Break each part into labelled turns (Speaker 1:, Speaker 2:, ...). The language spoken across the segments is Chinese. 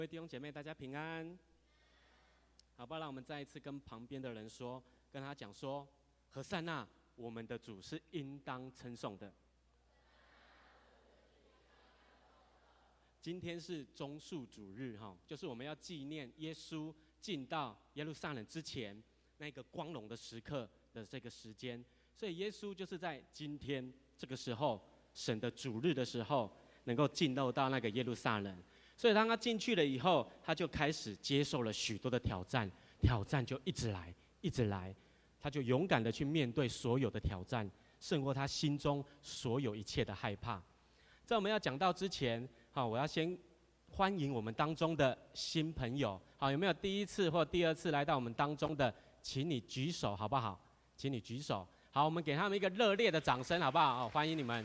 Speaker 1: 各位弟兄姐妹，大家平安。好吧，让我们再一次跟旁边的人说，跟他讲说，何塞那，我们的主是应当称颂的。今天是棕树主日哈，就是我们要纪念耶稣进到耶路撒冷之前那个光荣的时刻的这个时间，所以耶稣就是在今天这个时候，神的主日的时候，能够进入到那个耶路撒冷。所以当他进去了以后，他就开始接受了许多的挑战，挑战就一直来，一直来，他就勇敢的去面对所有的挑战，胜过他心中所有一切的害怕。在我们要讲到之前，好，我要先欢迎我们当中的新朋友，好，有没有第一次或第二次来到我们当中的，请你举手好不好？请你举手，好，我们给他们一个热烈的掌声好不好？欢迎你们。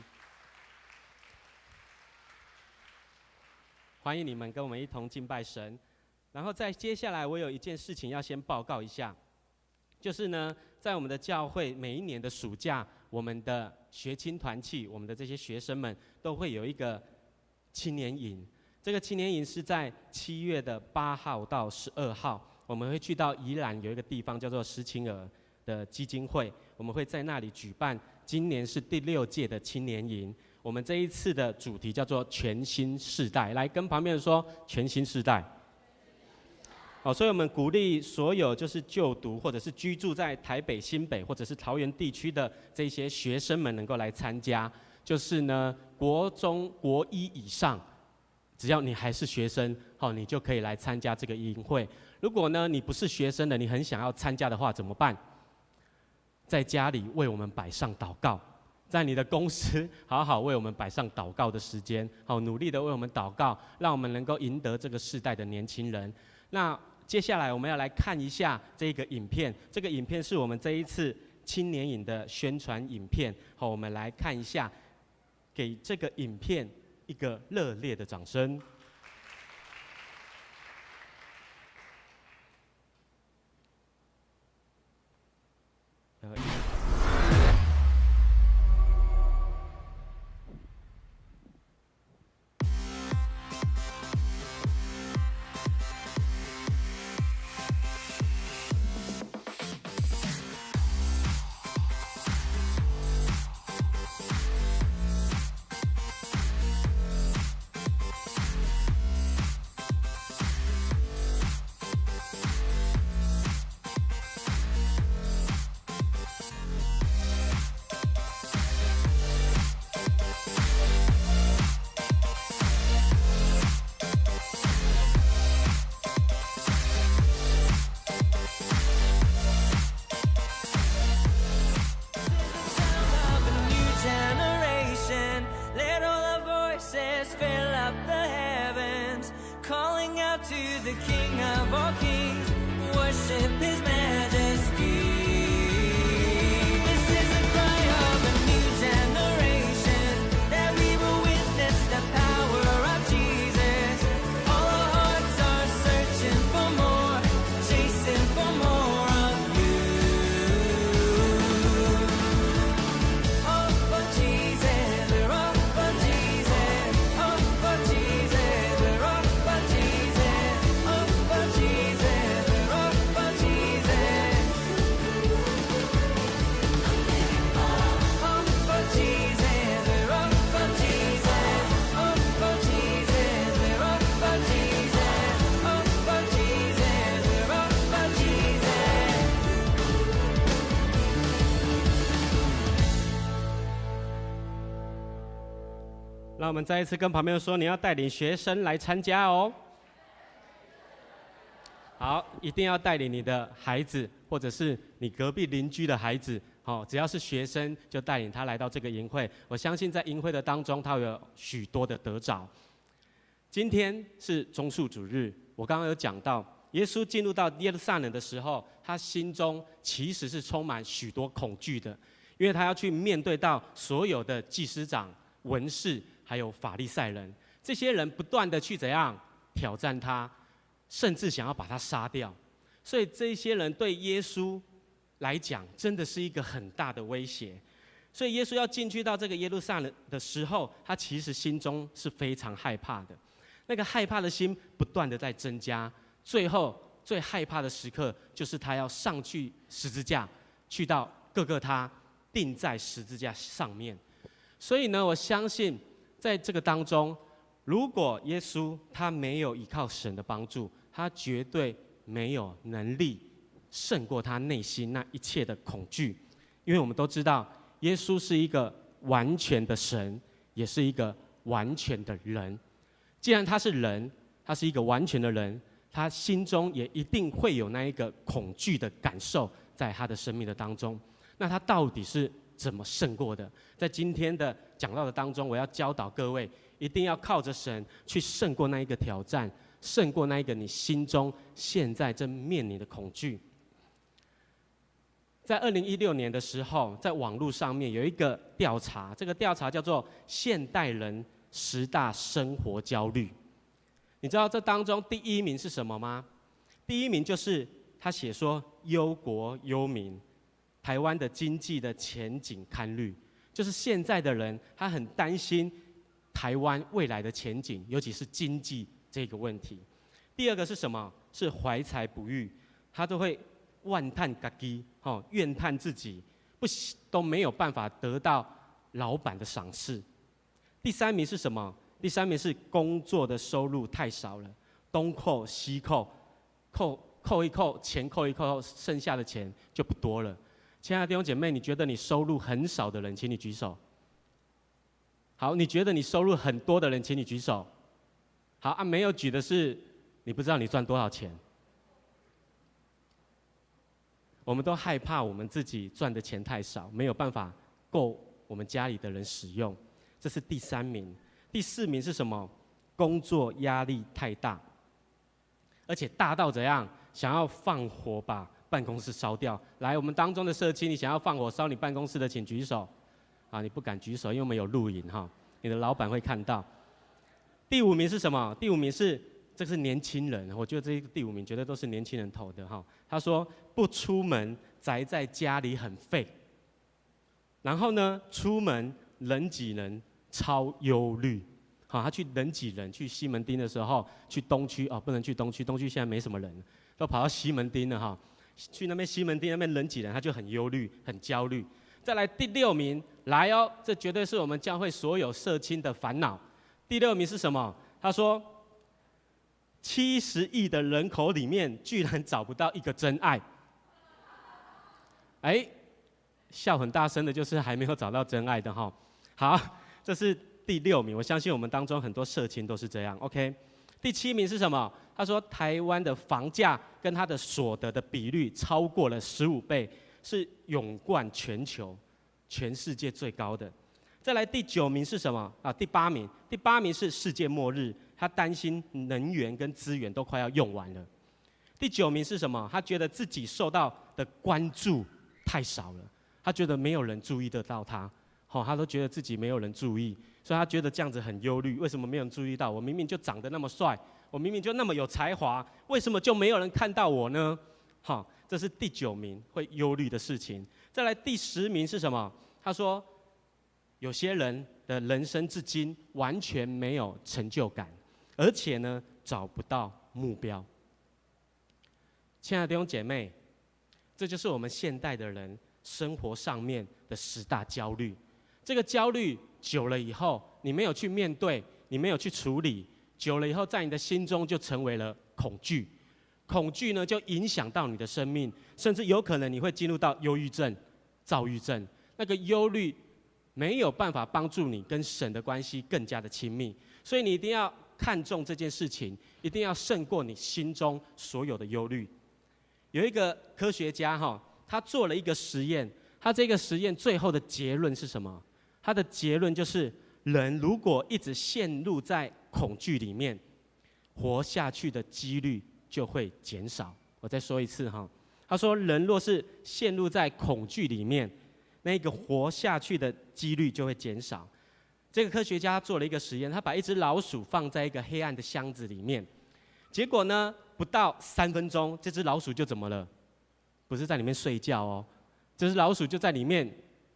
Speaker 1: 欢迎你们跟我们一同敬拜神，然后在接下来我有一件事情要先报告一下，就是呢，在我们的教会每一年的暑假，我们的学青团契，我们的这些学生们都会有一个青年营。这个青年营是在7月的8号到12号，我们会去到宜兰有一个地方叫做石青儿的基金会，我们会在那里举办，今年是第6届的青年营。我们这一次的主题叫做全新世代，来跟旁边人说全新世代。所以我们鼓励所有就是就读或者是居住在台北、新北或者是桃园地区的这些学生们能够来参加。就是呢，国中、国1以上，只要你还是学生，你就可以来参加这个营会。如果呢你不是学生的，你很想要参加的话，怎么办？在家里为我们摆上祷告。在你的公司好好为我们摆上祷告的时间，好努力的为我们祷告，让我们能够赢得这个世代的年轻人。那接下来我们要来看一下这个影片，这个影片是我们这一次青年营的宣传影片。好，我们来看一下，给这个影片一个热烈的掌声。让我们再一次跟旁边人说，你要带领学生来参加哦。好，一定要带领你的孩子，或者是你隔壁邻居的孩子，只要是学生，就带领他来到这个营会。我相信在营会的当中，他会有许多的得着。今天是棕树主日，我刚刚有讲到，耶稣进入到耶路撒冷的时候，他心中其实是充满许多恐惧的，因为他要去面对到所有的祭司长、文士，还有法利赛人，这些人不断的去怎样挑战他，甚至想要把他杀掉。所以这些人对耶稣来讲，真的是一个很大的威胁。所以耶稣要进去到这个耶路撒冷的时候，他其实心中是非常害怕的。 那个害怕的心不断的在增加，最后最害怕的时刻就是他要上去十字架，去到各个他钉在十字架上面。所以呢，我相信在这个当中，如果耶稣他没有依靠神的帮助，他绝对没有能力胜过他内心那一切的恐惧。因为我们都知道，耶稣是一个完全的神，也是一个完全的人。既然他是人，他是一个完全的人，他心中也一定会有那一个恐惧的感受在他的生命的当中。那他到底是怎么胜过的？在今天的讲道的当中，我要教导各位，一定要靠着神去胜过那一个挑战，胜过那一个你心中现在正面临的恐惧。在2016年的时候，在网络上面有一个调查，这个调查叫做现代人10大生活焦虑。你知道这当中第一名是什么吗？第一名就是他写说忧国忧民，台湾的经济的前景堪虑，就是现在的人他很担心台湾未来的前景，尤其是经济这个问题。第二个是什么？是怀才不遇，他都会万叹自己，怨叹自己都没有办法得到老板的赏识。第三名是什么？第三名是工作的收入太少了，东扣西扣，扣一扣，钱扣一扣，剩下的钱就不多了。亲爱的弟兄姐妹，你觉得你收入很少的人，请你举手。好，你觉得你收入很多的人，请你举手。好啊，没有举的是你不知道你赚多少钱。我们都害怕我们自己赚的钱太少，没有办法够我们家里的人使用，这是第三名。第四名是什么？工作压力太大，而且大到怎样？想要放火把办公室烧掉。来，我们当中的社青，你想要放火烧你办公室的，请举手。啊，你不敢举手，因为我们有录影哈，你的老板会看到。第五名是什么？第五名是这是年轻人，我觉得这个第五名绝对都是年轻人投的哈。他说不出门，宅在家里很废。然后呢，出门人挤人，超忧虑。好，他去人挤人，去西门町的时候，去东区哦，不能去东区，东区现在没什么人，都跑到西门町了哈。去那边西门町那边人挤人，他就很忧虑、很焦虑。再来第六名，来哦，这绝对是我们教会所有社青的烦恼。第六名是什么？他说，70亿的人口里面，居然找不到一个真爱。哎，笑很大声的，就是还没有找到真爱的哈。好，这是第六名，我相信我们当中很多社青都是这样。OK， 第7名是什么？他说台湾的房价跟他的所得的比率超过了15倍，是勇冠全球，全世界最高的。再来第9名是什么？啊，第8名，第8名是世界末日，他担心能源跟资源都快要用完了。第9名是什么？他觉得自己受到的关注太少了，他觉得没有人注意得到他。他都觉得自己没有人注意，所以他觉得这样子很忧虑。为什么没有人注意到我？明明就长得那么帅，我明明就那么有才华，为什么就没有人看到我呢？这是第9名会忧虑的事情。再来第10名是什么？他说，有些人的人生至今完全没有成就感，而且呢找不到目标。亲爱的弟兄姐妹，这就是我们现代的人生活上面的10大焦虑。这个焦虑久了以后，你没有去面对，你没有去处理，久了以后，在你的心中就成为了恐惧。恐惧呢，就影响到你的生命，甚至有可能你会进入到忧郁症、躁郁症。那个忧虑没有办法帮助你跟神的关系更加的亲密，所以你一定要看重这件事情，一定要胜过你心中所有的忧虑。有一个科学家他做了一个实验，他这个实验最后的结论是什么？他的结论就是，人如果一直陷入在恐惧里面，活下去的几率就会减少。我再说一次他说，人若是陷入在恐惧里面，那个活下去的几率就会减少。这个科学家做了一个实验，他把一只老鼠放在一个黑暗的箱子里面，结果呢，不到3分钟，这只老鼠就怎么了？不是在里面睡觉哦，这只老鼠就在里面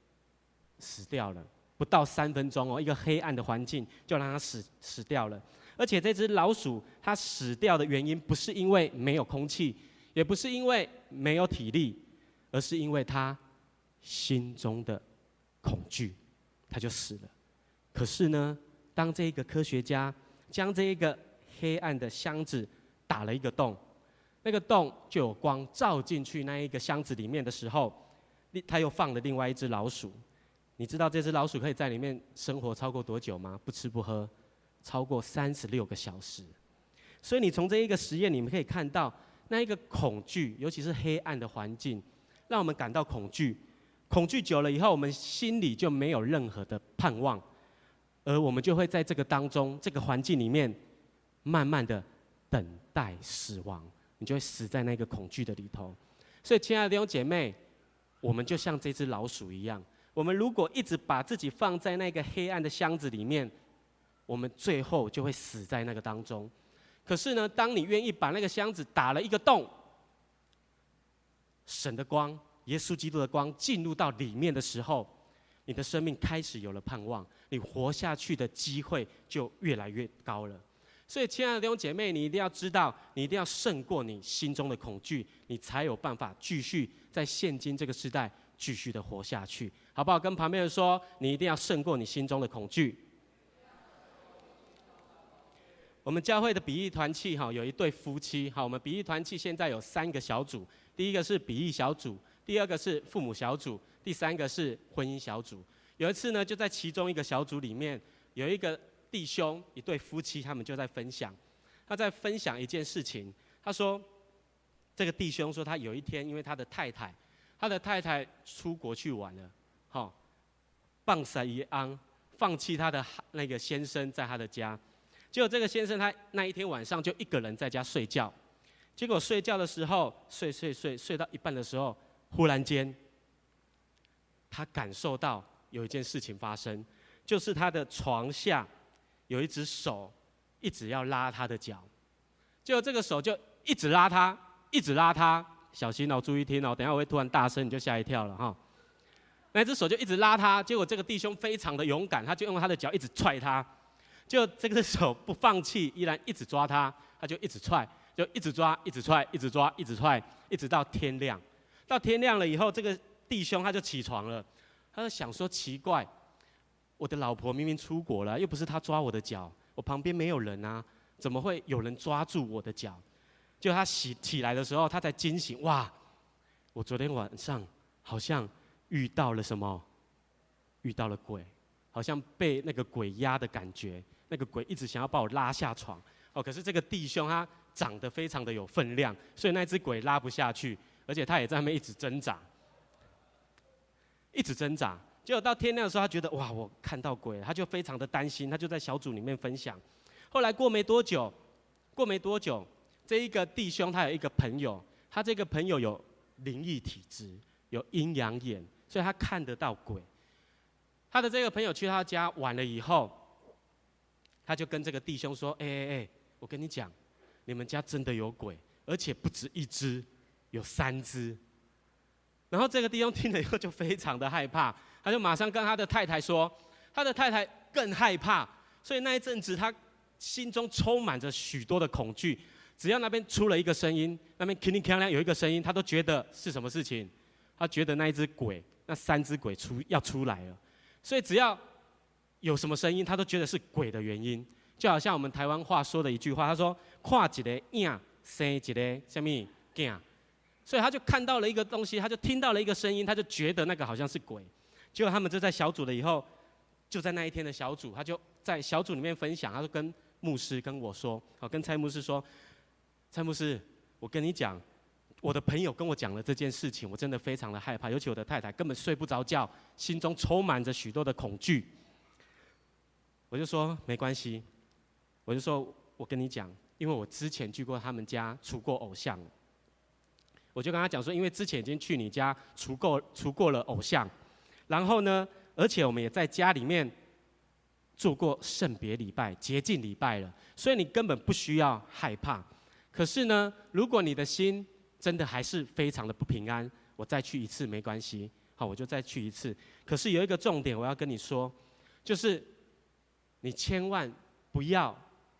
Speaker 1: 死掉了。不到3分钟哦，一个黑暗的环境就让它死掉了。 而且这只老鼠它死掉的原因不是因为没有空气，也不是因为没有体力，而是因为它心中的恐惧，它就死了。可是呢，当这个科学家将这一个黑暗的箱子打了一个洞，那个洞就有光照进去那一个箱子里面的时候，他又放了另外一只老鼠。你知道这只老鼠可以在里面生活超过多久吗？不吃不喝，超过36个小时。所以你从这一个实验，你们可以看到那一个恐惧，尤其是黑暗的环境，让我们感到恐惧。恐惧久了以后，我们心里就没有任何的盼望，而我们就会在这个当中、这个环境里面，慢慢的等待死亡。你就会死在那个恐惧的里头。所以，亲爱的弟兄姐妹，我们就像这只老鼠一样，我们如果一直把自己放在那个黑暗的箱子里面，我们最后就会死在那个当中。可是呢，当你愿意把那个箱子打了一个洞，神的光、耶稣基督的光进入到里面的时候，你的生命开始有了盼望，你活下去的机会就越来越高了。所以，亲爱的弟兄姐妹，你一定要知道，你一定要胜过你心中的恐惧，你才有办法继续在现今这个时代继续的活下去，好不好？跟旁边人说，你一定要胜过你心中的恐惧。我们教会的比喻团契有一对夫妻，我们比喻团契现在有3个小组，第一个是比喻小组，第二个是父母小组，第3个是婚姻小组。有一次呢，就在其中一个小组里面，有一个弟兄，一对夫妻，他们就在分享，他在分享一件事情。他说，这个弟兄说，他有一天因为他的太太出国去玩了，放撒一安，放弃他的那个先生在他的家。结果这个先生他那一天晚上就一个人在家睡觉，结果睡觉的时候睡到一半的时候，忽然间他感受到有一件事情发生，就是他的床下有一只手一直要拉他的脚，结果这个手就一直拉他，一直拉他，小心注意听等一下我会突然大声，你就吓一跳了那只手就一直拉他，结果这个弟兄非常的勇敢，他就用他的脚一直踹他。就这个手不放弃，依然一直抓他，他就一直踹，就一直抓，一直踹，一直抓，一直踹，一直到天亮。到天亮了以后，这个弟兄他就起床了，他就想说奇怪，我的老婆明明出国了，又不是他抓我的脚，我旁边没有人啊，怎么会有人抓住我的脚？就他起来的时候，他才惊醒，哇，我昨天晚上好像遇到了什么？遇到了鬼，好像被那个鬼压的感觉。那个鬼一直想要把我拉下床，可是这个弟兄他长得非常的有分量，所以那只鬼拉不下去，而且他也在那边一直挣扎，一直挣扎。结果到天亮的时候，他觉得哇，我看到鬼了，他就非常的担心，他就在小组里面分享。后来过没多久，这一个弟兄他有一个朋友，他这个朋友有灵异体质，有阴阳眼，所以他看得到鬼。他的这个朋友去他家玩了以后，他就跟这个弟兄说：“我跟你讲，你们家真的有鬼，而且不止1只，有3只。”然后这个弟兄听了以后就非常的害怕，他就马上跟他的太太说，他的太太更害怕，所以那一阵子他心中充满着许多的恐惧。只要那边出了一个声音，那边叮叮当当有一个声音，他都觉得是什么事情？他觉得那一只鬼，那3只鬼要出来了。所以只要有什么声音，他都觉得是鬼的原因。就好像我们台湾话说的一句话，他说：“看一个影，生一个什么囝。”所以他就看到了一个东西，他就听到了一个声音，他就觉得那个好像是鬼。结果他们就在小组了以后，就在那一天的小组，他就在小组里面分享，他就跟牧师跟我说，跟蔡牧师说：“蔡牧师，我跟你讲，我的朋友跟我讲了这件事情，我真的非常的害怕，尤其我的太太根本睡不着觉，心中充满着许多的恐惧。”我就说没关系，我就说我跟你讲，因为我之前去过他们家除过偶像，我就跟他讲说，因为之前已经去你家除过了偶像，然后呢，而且我们也在家里面做过圣别礼拜、洁净礼拜了，所以你根本不需要害怕。可是呢，如果你的心真的还是非常的不平安，我再去一次没关系，我就再去一次。可是有一个重点我要跟你说，就是你千万不要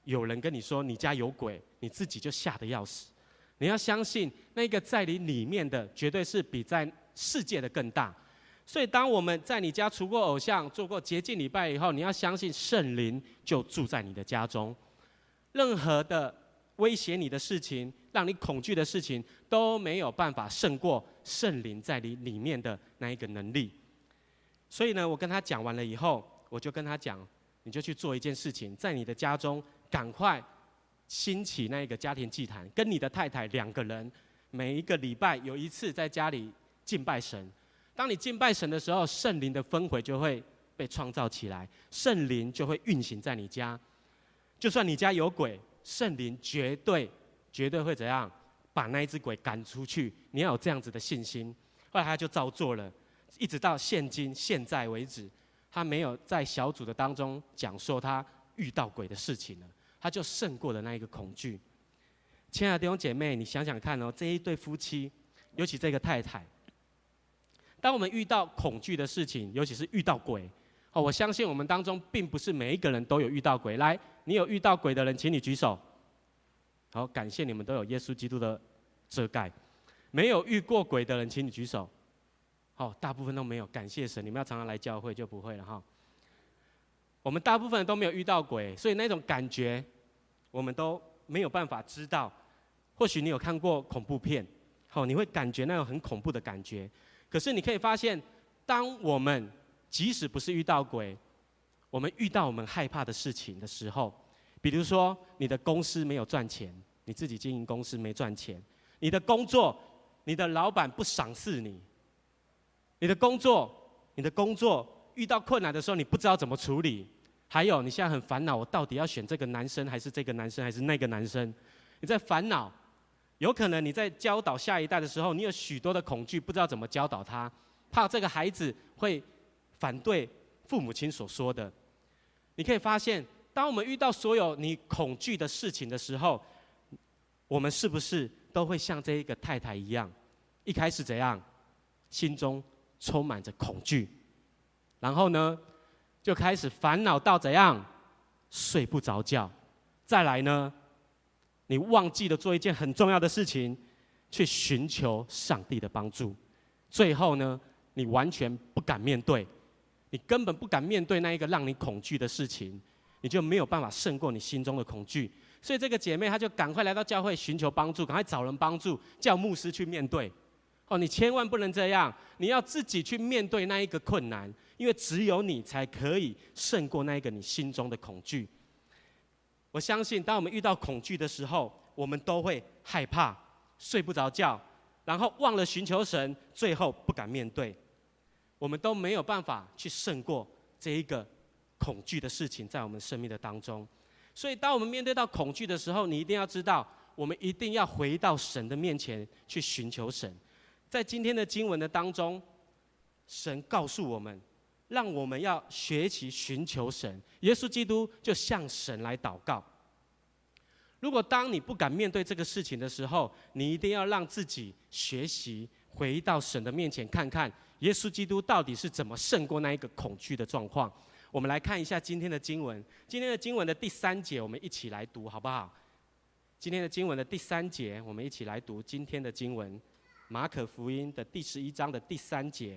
Speaker 1: 有人跟你说你家有鬼，你自己就吓得要死。你要相信那个在你里面的，绝对是比在世界的更大。所以，当我们在你家除过偶像、做过洁净礼拜以后，你要相信圣灵就住在你的家中。任何的威胁你的事情、让你恐惧的事情，都没有办法胜过圣灵在你里面的那一个能力。所以呢，我跟他讲完了以后，我就跟他讲，你就去做一件事情，在你的家中赶快兴起那一个家庭祭坛，跟你的太太2个人，每一个礼拜有一次在家里敬拜神。当你敬拜神的时候，圣灵的氛围就会被创造起来，圣灵就会运行在你家。就算你家有鬼，圣灵绝对会怎样把那一只鬼赶出去。你要有这样子的信心。后来他就照做了，一直到现在为止，他没有在小组的当中讲说他遇到鬼的事情了，他就胜过了那一个恐惧。亲爱的弟兄姐妹，你想想看哦，这一对夫妻，尤其这个太太，当我们遇到恐惧的事情，尤其是遇到鬼，我相信我们当中并不是每一个人都有遇到鬼。来，你有遇到鬼的人，请你举手。好，感谢你们都有耶稣基督的遮盖。没有遇过鬼的人，请你举手。好，大部分都没有，感谢神。你们要常常来教会就不会了哈。我们大部分人都没有遇到鬼，所以那种感觉，我们都没有办法知道。或许你有看过恐怖片，你会感觉那种很恐怖的感觉。可是你可以发现，当我们即使不是遇到鬼，我们遇到我们害怕的事情的时候，比如说你的公司没有赚钱，你自己经营公司没赚钱，你的工作，你的老板不赏识你，你的工作遇到困难的时候，你不知道怎么处理，还有你现在很烦恼，我到底要选这个男生还是这个男生还是那个男生？你在烦恼。有可能你在教导下一代的时候，你有许多的恐惧，不知道怎么教导他，怕这个孩子会反对父母亲所说的。你可以发现，当我们遇到所有你恐惧的事情的时候，我们是不是都会像这一个太太一样，一开始怎样，心中充满着恐惧，然后呢，就开始烦恼到怎样，睡不着觉，再来呢，你忘记了做一件很重要的事情，去寻求上帝的帮助。最后呢，你完全不敢面对，你根本不敢面对那一个让你恐惧的事情，你就没有办法胜过你心中的恐惧。所以这个姐妹她就赶快来到教会寻求帮助，赶快找人帮助，叫牧师去面对。你千万不能这样，你要自己去面对那一个困难，因为只有你才可以胜过那一个你心中的恐惧。我相信，当我们遇到恐惧的时候，我们都会害怕、睡不着觉，然后忘了寻求神，最后不敢面对。我们都没有办法去胜过这一个恐惧的事情在我们生命的当中。所以，当我们面对到恐惧的时候，你一定要知道，我们一定要回到神的面前去寻求神。在今天的经文的当中，神告诉我们，让我们要学习寻求神。耶稣基督就向神来祷告。如果当你不敢面对这个事情的时候，你一定要让自己学习回到神的面前，看看耶稣基督到底是怎么胜过那一个恐惧的状况。我们来看一下今天的经文。今天的经文的第3节，我们一起来读好不好？今天的经文的第3节，我们一起来读今天的经文，马可福音的第11章的第3节。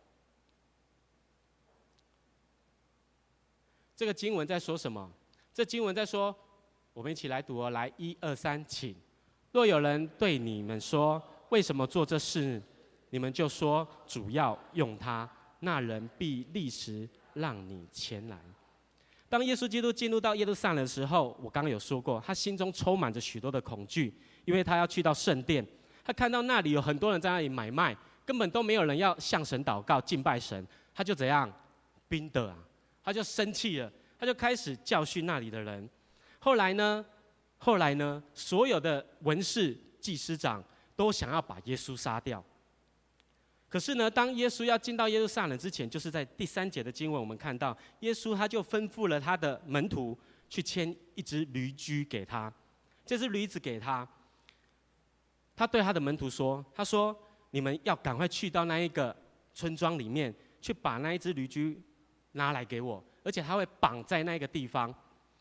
Speaker 1: 这个经文在说什么？这经文在说，我们一起来读哦，来1、2、3，请。若有人对你们说，为什么做这事？你们就说，主要用它，那人必立时让你前来。当耶稣基督进入到耶路撒冷的时候，我刚刚有说过，他心中充满着许多的恐惧，因为他要去到圣殿，他看到那里有很多人在那里买卖，根本都没有人要向神祷告敬拜神，他就怎样，冰的啊，他就生气了，他就开始教训那里的人。后来呢，所有的文士、祭司长都想要把耶稣杀掉。可是呢，当耶稣要进到耶路撒冷之前，就是在第3节的经文，我们看到耶稣他就吩咐了他的门徒去牵一只驴驹给他，这只驴子给他。他对他的门徒说：“他说你们要赶快去到那一个村庄里面，去把那一只驴驹拿来给我，而且他会绑在那个地方。”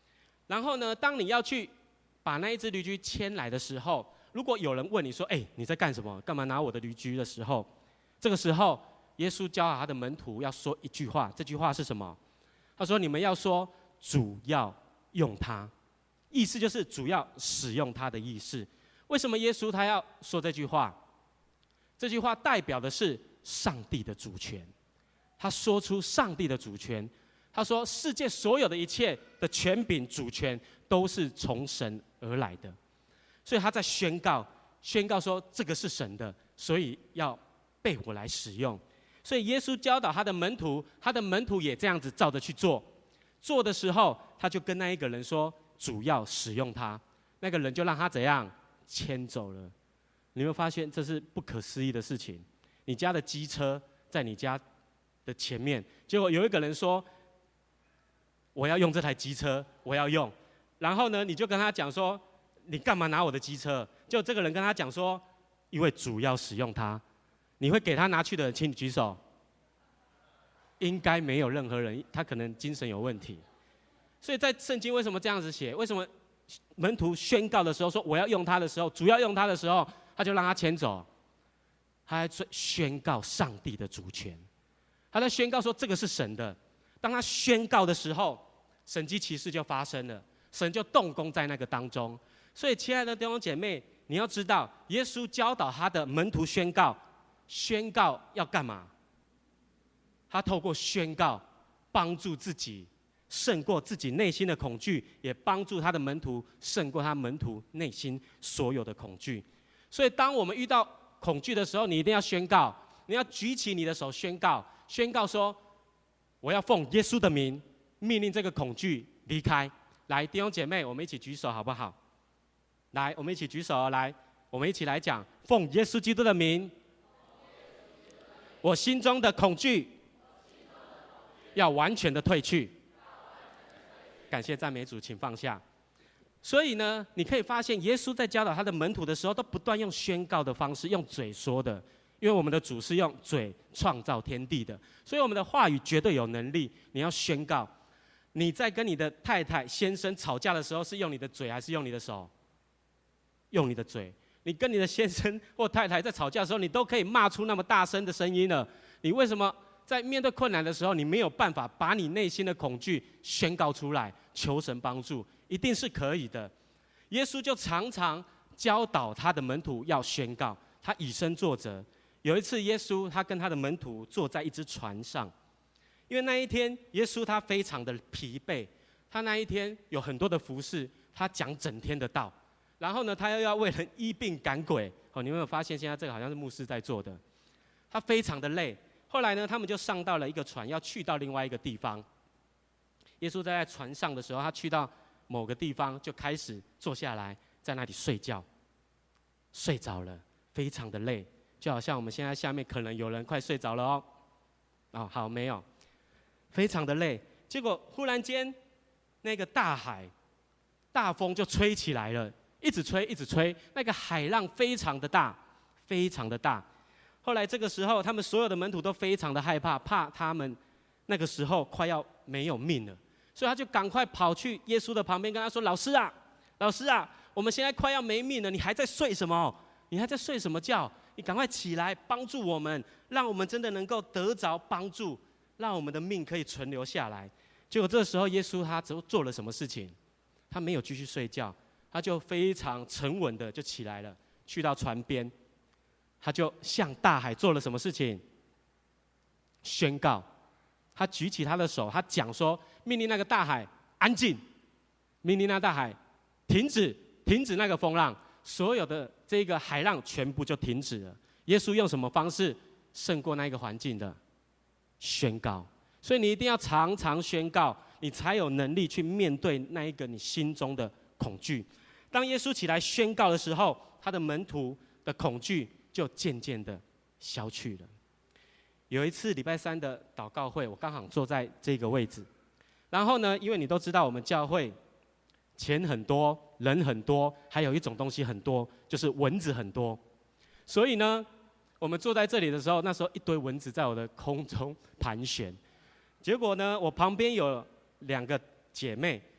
Speaker 1: 然后呢，当你要去把那一只驴驹牵来的时候，如果有人问你说：“哎，你在干什么？干嘛拿我的驴驹？”的时候，这个时候，耶稣教导他的门徒要说一句话，这句话是什么？他说：“你们要说主要用它。”意思就是主要使用它的意思。为什么耶稣他要说这句话？这句话代表的是上帝的主权。他说出上帝的主权。他说：“世界所有的一切的权柄、主权，都是从神而来的。”所以他在宣告说：“这个是神的，所以要被我来使用。”所以耶稣教导他的门徒，他的门徒也这样子照着去做。做的时候，他就跟那一个人说：“主要使用它。”那个人就让他怎样牵走了。你有没有发现这是不可思议的事情？你家的机车在你家的前面，结果有一个人说：“我要用这台机车，我要用。”然后呢，你就跟他讲说：“你干嘛拿我的机车？”就这个人跟他讲说：“因为主要使用它。”你会给他拿去的人，请你举手。应该没有任何人，他可能精神有问题。所以在圣经为什么这样子写？为什么门徒宣告的时候说我要用它的时候，主要用它的时候，他就让他牵走？他在宣告上帝的主权，他在宣告说这个是神的。当他宣告的时候，神迹奇事就发生了，神就动工在那个当中。所以，亲爱的弟兄姐妹，你要知道，耶稣教导他的门徒宣告要干嘛？他透过宣告，帮助自己胜过自己内心的恐惧，也帮助他的门徒胜过他门徒内心所有的恐惧。所以，当我们遇到恐惧的时候，你一定要宣告，你要举起你的手宣告说：“我要奉耶稣的名，命令这个恐惧离开。”来，弟兄姐妹，我们一起举手好不好？来，我们一起举手，来，我们一起来讲：奉耶稣基督的名，我心中的恐惧要完全的退去。感谢赞美主，请放下。所以呢，你可以发现，耶稣在教导他的门徒的时候，都不断用宣告的方式，用嘴说的。因为我们的主是用嘴创造天地的，所以我们的话语绝对有能力。你要宣告，你在跟你的太太、先生吵架的时候，是用你的嘴还是用你的手？用你的嘴。你跟你的先生或太太在吵架的时候，你都可以骂出那么大声的声音了。你为什么在面对困难的时候，你没有办法把你内心的恐惧宣告出来，求神帮助？一定是可以的。耶稣就常常教导他的门徒要宣告，他以身作则。有一次，耶稣他跟他的门徒坐在一只船上，因为那一天耶稣他非常的疲惫，他那一天有很多的服事，他讲整天的道，然后呢，他又要为人医病赶鬼。你有没有发现现在这个好像是牧师在做的？他非常的累。后来呢，他们就上到了一个船，要去到另外一个地方。耶稣在船上的时候，他去到某个地方，就开始坐下来，在那里睡觉，睡着了，非常的累。就好像我们现在下面可能有人快睡着了哦。好，没有，非常的累。结果忽然间，那个大海、大风就吹起来了，一直吹，一直吹，那个海浪非常的大，非常的大。后来这个时候，他们所有的门徒都非常的害怕，怕他们那个时候快要没有命了，所以他就赶快跑去耶稣的旁边，跟他说：“老师啊，老师啊，我们现在快要没命了，你还在睡什么？你还在睡什么觉？你赶快起来帮助我们，让我们真的能够得着帮助，让我们的命可以存留下来。”结果这时候耶稣他做了什么事情？他没有继续睡觉，他就非常沉稳的就起来了，去到船边，他就向大海做了什么事情？宣告。他举起他的手，他讲说：“命令那个大海安静，命令那大海停止，停止那个风浪。”所有的这个海浪全部就停止了。耶稣用什么方式胜过那个环境的？宣告。所以你一定要常常宣告，你才有能力去面对那一个你心中的恐惧。当耶稣起来宣告的时候，他的门徒的恐惧就渐渐的消去了。有一次礼拜三的祷告会，我刚好坐在这个位置。然后呢，因为你都知道我们教会钱很多，人很多，还有一种东西很多，就是蚊子很多。所以呢，我们坐在这里的时候，那时候一堆蚊子在我的空中盘旋。结果呢，我旁边有2个姐妹，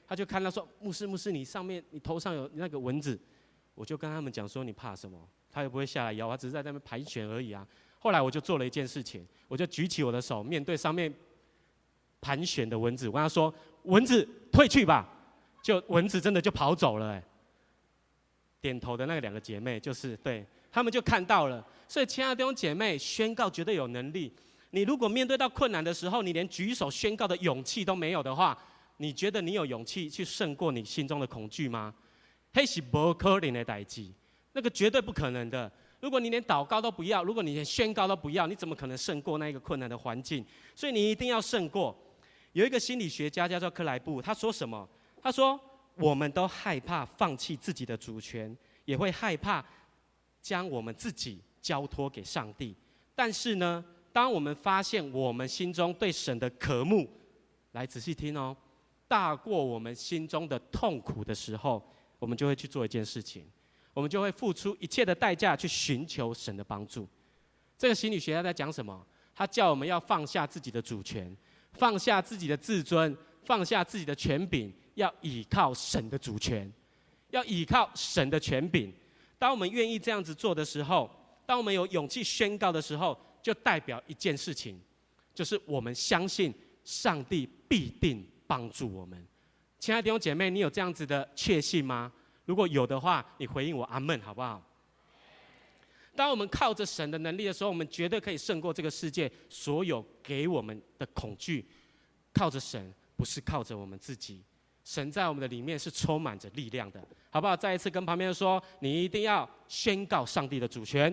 Speaker 1: 他就看到说，牧师，你头上有那个蚊子。我就跟他们讲说，你怕什么？他又不会下来咬，他只是在那边盘旋而已啊。后来我就做了一件事情，我就举起我的手，面对上面盘旋的蚊子，我跟他说：“蚊子退去吧。”就蚊子真的就跑走了。点头的那2个姐妹就是对，他们就看到了。所以亲爱的弟兄姐妹，宣告绝对有能力。你如果面对到困难的时候，你连举手宣告的勇气都没有的话，你觉得你有勇气去胜过你心中的恐惧吗？那是不可能的代志，那个绝对不可能的。如果你连祷告都不要，如果你连宣告都不要，你怎么可能胜过那一个困难的环境？所以你一定要胜过。有一个心理学家叫做克莱布，他说什么？他说：我们都害怕放弃自己的主权，也会害怕将我们自己交托给上帝。但是呢，当我们发现我们心中对神的渴慕，来仔细听哦，大过我们心中的痛苦的时候，我们就会去做一件事情，我们就会付出一切的代价去寻求神的帮助。这个心理学家在讲什么？他叫我们要放下自己的主权，放下自己的自尊，放下自己的权柄，要倚靠神的主权，要倚靠神的权柄。当我们愿意这样子做的时候，当我们有勇气宣告的时候，就代表一件事情，就是我们相信上帝必定帮助我们。亲爱的弟兄姐妹，你有这样子的确信吗？如果有的话，你回应我阿们，好不好？当我们靠着神的能力的时候，我们绝对可以胜过这个世界所有给我们的恐惧。靠着神，不是靠着我们自己。神在我们的里面是充满着力量的，好不好？再一次跟旁边人说，你一定要宣告上帝的主权。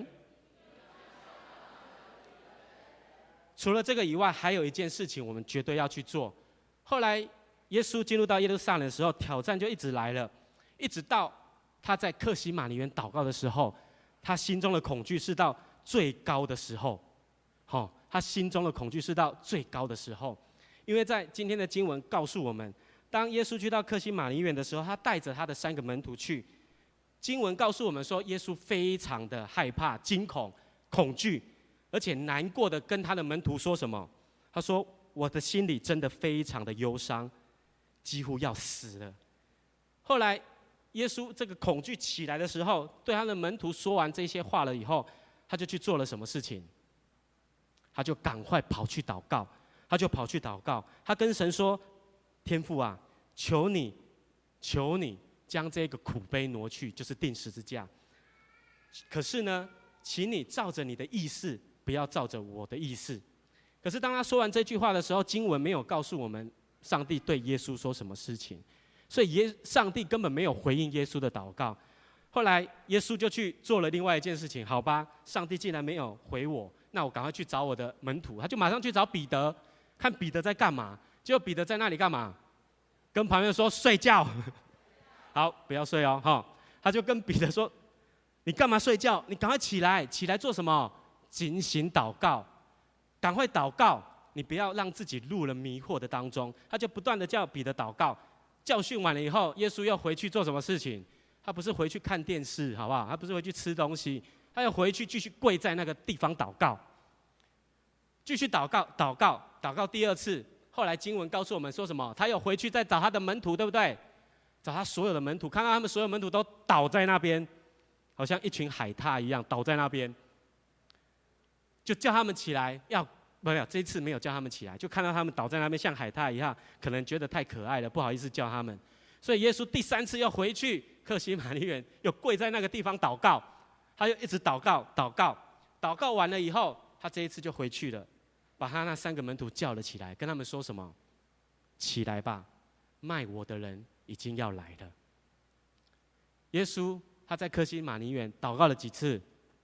Speaker 1: 除了这个以外，还有一件事情我们绝对要去做。后来耶稣进入到耶路撒冷的时候，挑战就一直来了，一直到他在客西马尼园祷告的时候，他心中的恐惧是到最高的时候。他心中的恐惧是到最高的时候，因为在今天的经文告诉我们，当耶稣去到客西马尼园的时候，他带着他的3个门徒去。经文告诉我们说，耶稣非常的害怕、惊恐、恐惧，而且难过的跟他的门徒说什么？他说：“我的心里真的非常的忧伤，几乎要死了。”后来，耶稣这个恐惧起来的时候，对他的门徒说完这些话了以后，他就去做了什么事情？他就赶快跑去祷告。他跟神说：“天父啊，求你将这个苦杯挪去，就是钉十字架。可是呢，请你照着你的意思，不要照着我的意思。”可是当他说完这句话的时候，经文没有告诉我们上帝对耶稣说什么事情，所以上帝根本没有回应耶稣的祷告。后来耶稣就去做了另外一件事情，好吧，上帝既然没有回我，那我赶快去找我的门徒。他就马上去找彼得，看彼得在干嘛。结果彼得在那里干嘛？跟旁边说睡觉。好，不要睡哦，他就跟彼得说：“你干嘛睡觉？你赶快起来做什么？警醒祷告，赶快祷告，你不要让自己入了迷惑的当中。”他就不断的叫彼得祷告。教训完了以后，耶稣又回去做什么事情？他不是回去看电视，好不好？他不是回去吃东西，他要回去继续跪在那个地方祷告，继续祷告第2次。后来经文告诉我们说什么？他又回去再找他的门徒，对不对？找他所有的门徒，看到他们所有门徒都倒在那边，好像一群海獭一样倒在那边，就叫他们起来。没有，这一次没有叫他们起来，就看到他们倒在那边像海獭一样，可能觉得太可爱了，不好意思叫他们。所以耶稣第3次又回去客西马尼园，又跪在那个地方祷告。他又一直祷告完了以后，他这一次就回去了，把他那3个门徒叫了起来，跟他们说什么？起来吧，卖我的人已经要来了。耶稣他在客西马尼园祷告了几次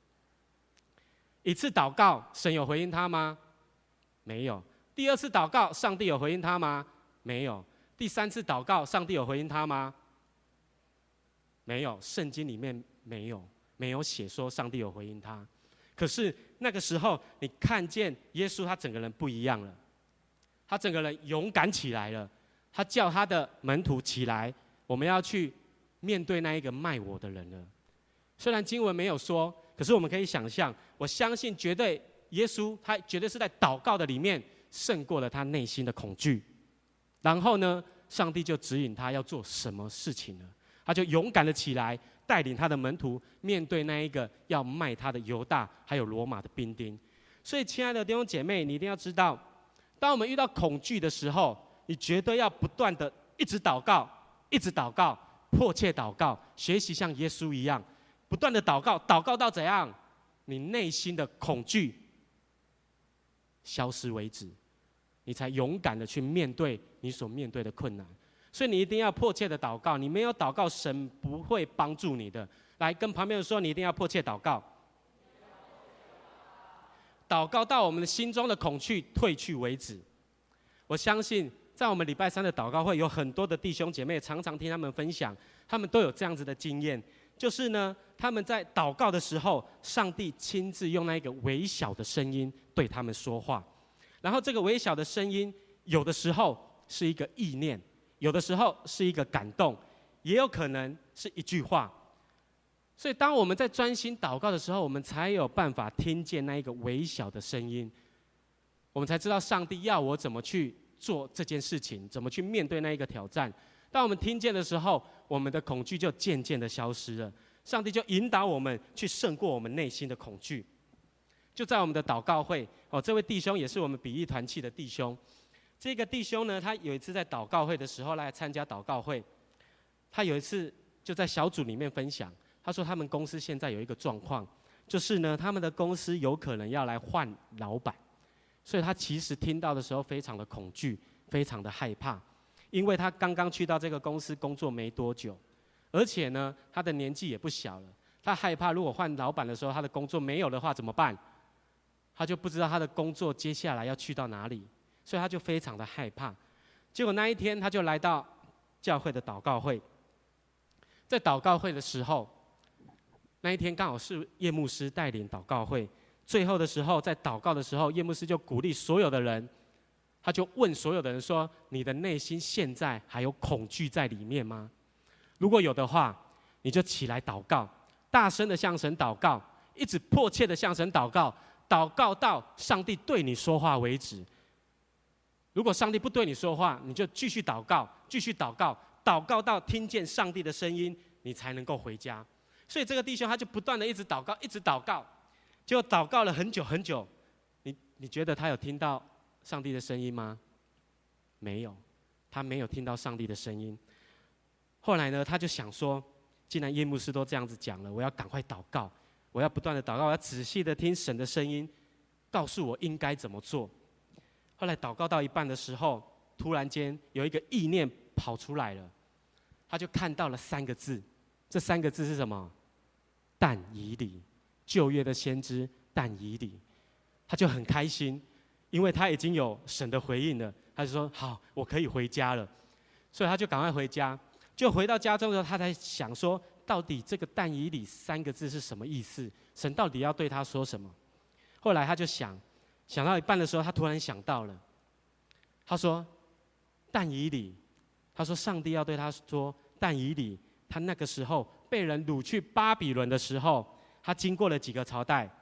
Speaker 1: ？1次祷告，神有回应他吗？没有。第2次祷告，上帝有回应他吗？没有。第3次祷告，上帝有回应他吗？没有。圣经里面没有写说上帝有回应他。可是那个时候，你看见耶稣他整个人不一样了，他整个人勇敢起来了。他叫他的门徒起来，我们要去面对那一个卖我的人了。虽然经文没有说，可是我们可以想象，我相信绝对耶稣他绝对是在祷告的里面胜过了他内心的恐惧。然后呢， 上帝就指引他要做什么事情了。他就勇敢的起来，带领他的门徒面对那一个要卖他的犹大，还有罗马的兵丁。所以，亲爱的弟兄姐妹，你一定要知道，当我们遇到恐惧的时候，你绝对要不断的一直祷告，一直祷告，迫切祷告，学习像耶稣一样，不断的祷告，祷告到怎样？你内心的恐惧消失为止，你才勇敢的去面对你所面对的困难。所以你一定要迫切的祷告，你没有祷告，神不会帮助你的。来跟旁边人说，你一定要迫切祷告，祷告到我们的心中的恐惧退去为止。我相信在我们礼拜三的祷告会，有很多的弟兄姐妹常常听他们分享，他们都有这样子的经验，就是呢，他们在祷告的时候，上帝亲自用那一个微小的声音对他们说话。然后这个微小的声音，有的时候是一个意念，有的时候是一个感动，也有可能是一句话。所以当我们在专心祷告的时候，我们才有办法听见那一个微小的声音，我们才知道上帝要我怎么去做这件事情，怎么去面对那一个挑战。当我们听见的时候，我们的恐惧就渐渐的消失了，上帝就引导我们去胜过我们内心的恐惧。就在我们的祷告会，这位弟兄也是我们比喻团契的弟兄。这个弟兄呢，他有一次在祷告会的时候来参加祷告会，他有一次就在小组里面分享，他说他们公司现在有一个状况，就是呢，他们的公司有可能要来换老板，所以他其实听到的时候非常的恐惧，非常的害怕，因为他刚刚去到这个公司工作没多久，而且呢，他的年纪也不小了，他害怕如果换老板的时候，他的工作没有的话怎么办？他就不知道他的工作接下来要去到哪里，所以他就非常的害怕。结果那一天他就来到教会的祷告会，在祷告会的时候，那一天刚好是叶牧师带领祷告会，最后的时候在祷告的时候，叶牧师就鼓励所有的人，他就问所有的人说，你的内心现在还有恐惧在里面吗？如果有的话，你就起来祷告，大声的向神祷告，一直迫切的向神祷告，祷告到上帝对你说话为止。如果上帝不对你说话，你就继续祷告，继续祷告，祷告到听见上帝的声音，你才能够回家。所以这个弟兄他就不断的一直祷告，一直祷告，结果祷告了很久很久。你觉得他有听到上帝的声音吗？没有，他没有听到上帝的声音。后来呢，他就想说，既然叶牧师都这样子讲了，我要赶快祷告，我要不断的祷告，我要仔细的听神的声音，告诉我应该怎么做。后来祷告到一半的时候，突然间有一个意念跑出来了，他就看到了3个字，这3个字是什么？但以理，旧约的先知但以理。他就很开心，因为他已经有神的回应了，他就说好，我可以回家了。所以他就赶快回家，就回到家中的时候，他才想说，到底这个但以理3个字是什么意思？神到底要对他说什么？后来他就想到一半的时候，他突然想到了，他说但以理，他说上帝要对他说，但以理他那个时候被人掳去巴比伦的时候，他经过了几个朝代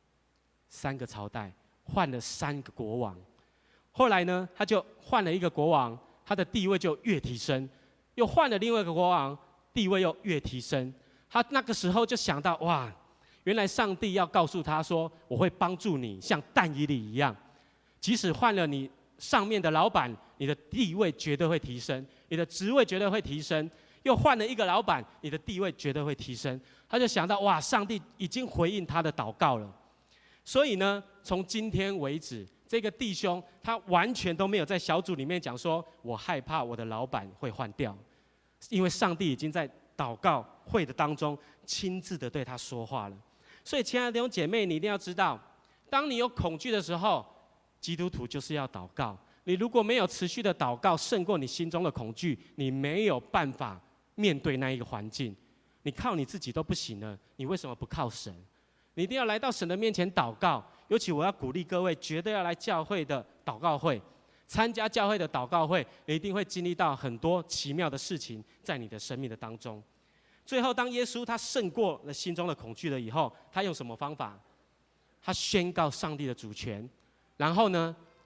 Speaker 1: ？3个朝代，换了3个国王。后来呢，他就换了一个国王，他的地位就越提升，又换了另外一个国王，地位又越提升。他那个时候就想到，哇，原来上帝要告诉他说，我会帮助你，像但以理一样，即使换了你上面的老板，你的地位绝对会提升，你的职位绝对会提升。又换了一个老板，你的地位绝对会提升。他就想到，哇，上帝已经回应他的祷告了。所以呢，从今天为止，这个弟兄他完全都没有在小组里面讲说，我害怕我的老板会换掉，因为上帝已经在祷告会的当中亲自的对他说话了。所以，亲爱的弟兄姐妹，你一定要知道，当你有恐惧的时候，基督徒就是要祷告。你如果没有持续的祷告，胜过你心中的恐惧，你没有办法面对那一个环境。你靠你自己都不行了，你为什么不靠神？你一定要来到神的面前祷告。尤其我要鼓励各位，绝对要来教会的祷告会，参加教会的祷告会，你一定会经历到很多奇妙的事情在你的生命的当中。最后，当耶稣他胜过了心中的恐惧了以后，他用什么方法？他宣告上帝的主权，然后呢，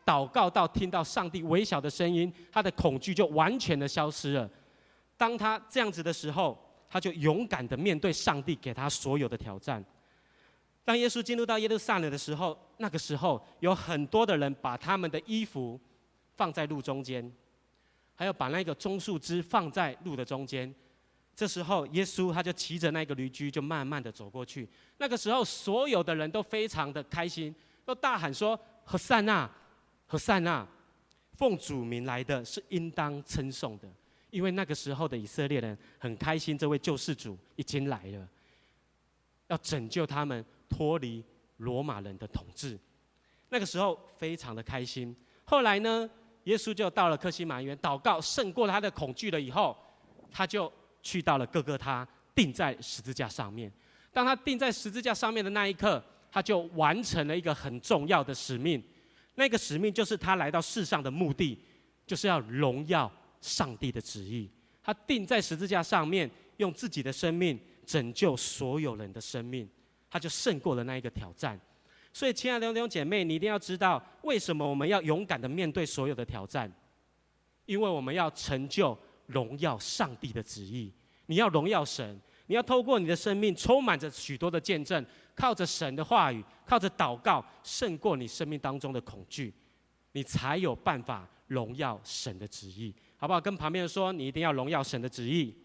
Speaker 1: 祷告到听到上帝微小的声音，他的恐惧就完全的消失了。当他这样子的时候，他就勇敢的面对上帝给他所有的挑战。当耶稣进入到耶路撒冷的时候，那个时候有很多的人把他们的衣服放在路中间，还有把那个棕树枝放在路的中间。这时候耶稣他就骑着那个驴驹，就慢慢的走过去。那个时候所有的人都非常的开心，都大喊说：何塞纳，何塞纳，奉主名来的是应当称颂的。因为那个时候的以色列人很开心，这位救世主已经来了，要拯救他们脱离罗马人的统治。那个时候非常的开心。后来呢，耶稣就到了客西马尼园祷告，胜过他的恐惧了以后，他就去到了各各他，钉在十字架上面。当他钉在十字架上面的那一刻，他就完成了一个很重要的使命。那个使命就是他来到世上的目的，就是要荣耀上帝的旨意。他钉在十字架上面，用自己的生命拯救所有人的生命，他就胜过了那一个挑战。所以亲爱的弟兄姐妹，你一定要知道，为什么我们要勇敢的面对所有的挑战？因为我们要成就荣耀上帝的旨意。你要荣耀神，你要透过你的生命充满着许多的见证，靠着神的话语，靠着祷告，胜过你生命当中的恐惧，你才有办法荣耀神的旨意，好不好？跟旁边人说，你一定要荣耀神的旨意。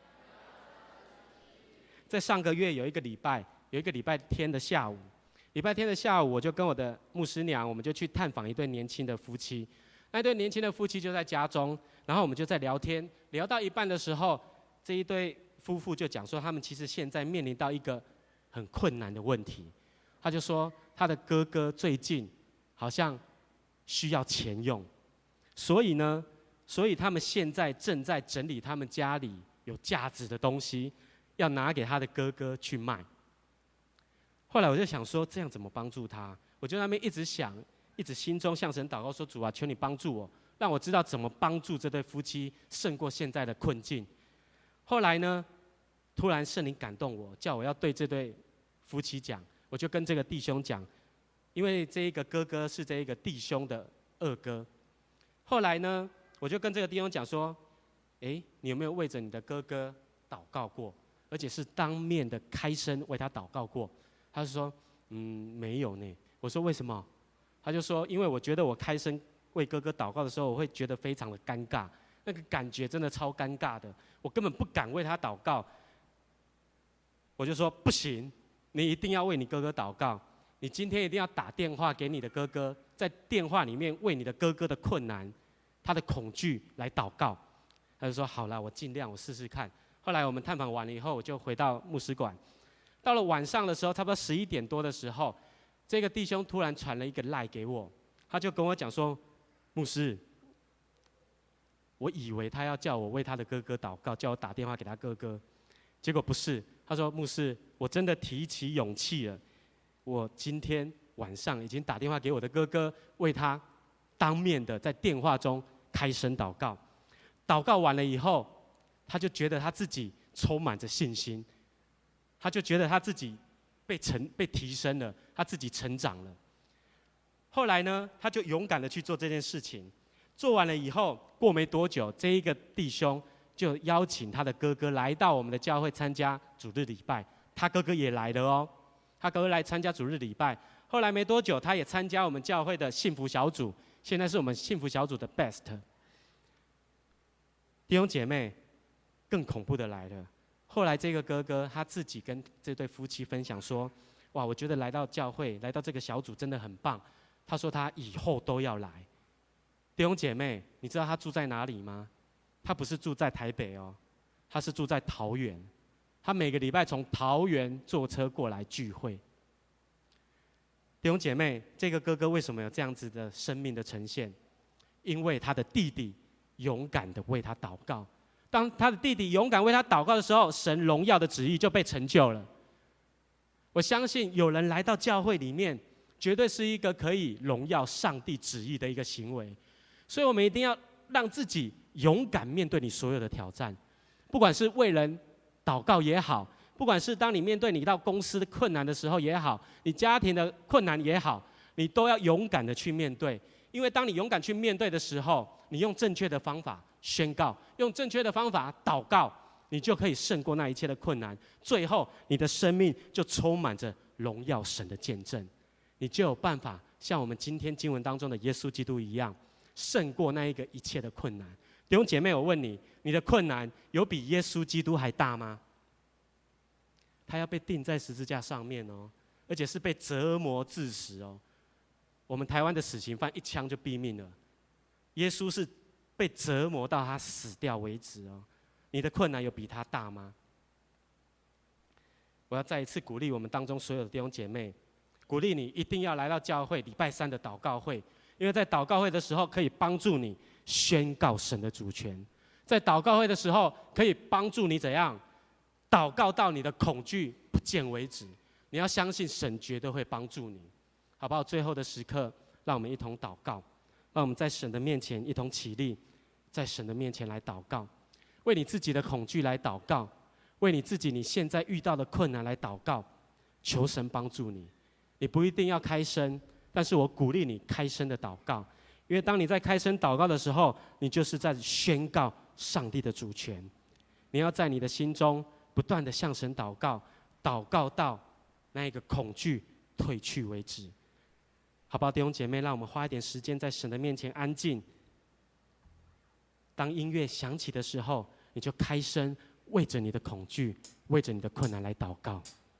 Speaker 1: 在上个月有一个礼拜天的下午，我就跟我的牧师娘，我们就去探访一对年轻的夫妻。那对年轻的夫妻就在家中，然后我们就在聊天，聊到一半的时候，这一对夫妇就讲说，他们其实现在面临到一个很困难的问题。他就说，他的哥哥最近好像需要钱用，所以他们现在正在整理他们家里有价值的东西，要拿给他的哥哥去卖。后来我就想说，这样怎么帮助他？我就在那边一直想，一直心中向神祷告说：主啊，求你帮助我，让我知道怎么帮助这对夫妻胜过现在的困境。后来呢，突然圣灵感动我，叫我要对这对夫妻讲，我就跟这个弟兄讲，因为这一个哥哥是这一个弟兄的二哥。后来呢，我就跟这个弟兄讲说：你有没有为着你的哥哥祷告过？而且是当面的开声为他祷告过？他就说：没有呢。我说为什么？他就说：因为我觉得我开声为哥哥祷告的时候，我会觉得非常的尴尬，那个感觉真的超尴尬的，我根本不敢为他祷告。我就说不行，你一定要为你哥哥祷告，你今天一定要打电话给你的哥哥，在电话里面为你的哥哥的困难、他的恐惧来祷告。他就说好了，我尽量，我试试看。后来我们探访完了以后，我就回到牧师馆。到了晚上的时候，差不多11点多的时候，这个弟兄突然传了一个 LINE 给我，他就跟我讲说：牧师，我以为他要叫我为他的哥哥祷告，叫我打电话给他哥哥，结果不是。他说：牧师，我真的提起勇气了，我今天晚上已经打电话给我的哥哥，为他当面的在电话中开声祷告。祷告完了以后，他就觉得他自己充满着信心，他就觉得他自己被提升了，他自己成长了。后来呢，他就勇敢的去做这件事情。做完了以后，过没多久，这一个弟兄就邀请他的哥哥来到我们的教会参加主日礼拜。他哥哥也来了哦，他哥哥来参加主日礼拜。后来没多久，他也参加我们教会的幸福小组，现在是我们幸福小组的 best。弟兄姐妹，更恐怖的来了。后来这个哥哥他自己跟这对夫妻分享说：哇，我觉得来到教会，来到这个小组真的很棒。他说他以后都要来。弟兄姐妹，你知道他住在哪里吗？他不是住在台北哦，他是住在桃园。他每个礼拜从桃园坐车过来聚会。弟兄姐妹，这个哥哥为什么有这样子的生命的呈现？因为他的弟弟勇敢的为他祷告。当他的弟弟勇敢为他祷告的时候，神荣耀的旨意就被成就了。我相信有人来到教会里面，绝对是一个可以荣耀上帝旨意的一个行为。所以我们一定要让自己勇敢面对你所有的挑战，不管是为人祷告也好，不管是当你面对你到公司的困难的时候也好，你家庭的困难也好，你都要勇敢的去面对。 因为当你勇敢去面对的时候，你用正确的方法宣告，用正确的方法祷告，你就可以胜过那一切的困难。最后，你的生命就充满着荣耀神的见证，你就有办法像我们今天经文当中的耶稣基督一样，胜过那一个一切的困难。弟兄姐妹，我问你，你的困难有比耶稣基督还大吗？他要被钉在十字架上面哦，而且是被折磨致死哦。我们台湾的死刑犯一枪就毙命了，耶稣是被折磨到他死掉为止哦。你的困难有比他大吗？我要再一次鼓励我们当中所有的弟兄姐妹，鼓励你一定要来到教会礼拜3的祷告会，因为在祷告会的时候可以帮助你宣告神的主权，在祷告会的时候可以帮助你怎样祷告到你的恐惧不见为止。你要相信神绝对会帮助你，好不好？最后的时刻，让我们一同祷告，让我们在神的面前一同起立，在神的面前来祷告，为你自己的恐惧来祷告，为你自己你现在遇到的困难来祷告，求神帮助你。你不一定要开声，但是我鼓励你开声的祷告，因为当你在开声祷告的时候，你就是在宣告上帝的主权。你要在你的心中不断的向神祷告，祷告到那一个恐惧退去为止，好不好？弟兄姐妹，让我们花一点时间在神的面前安静。当音乐响起的时候，你就开声为着你的恐惧，为着你的困难来祷告。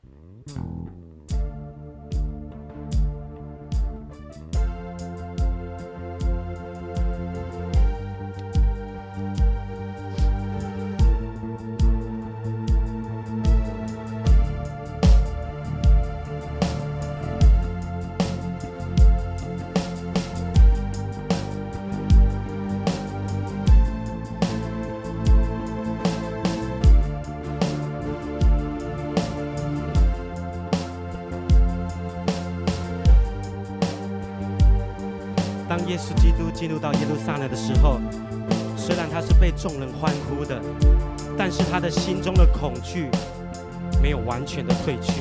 Speaker 1: 当耶稣基督进入到耶路撒冷的时候，虽然他是被众人欢呼的，但是他的心中的恐惧没有完全的退去。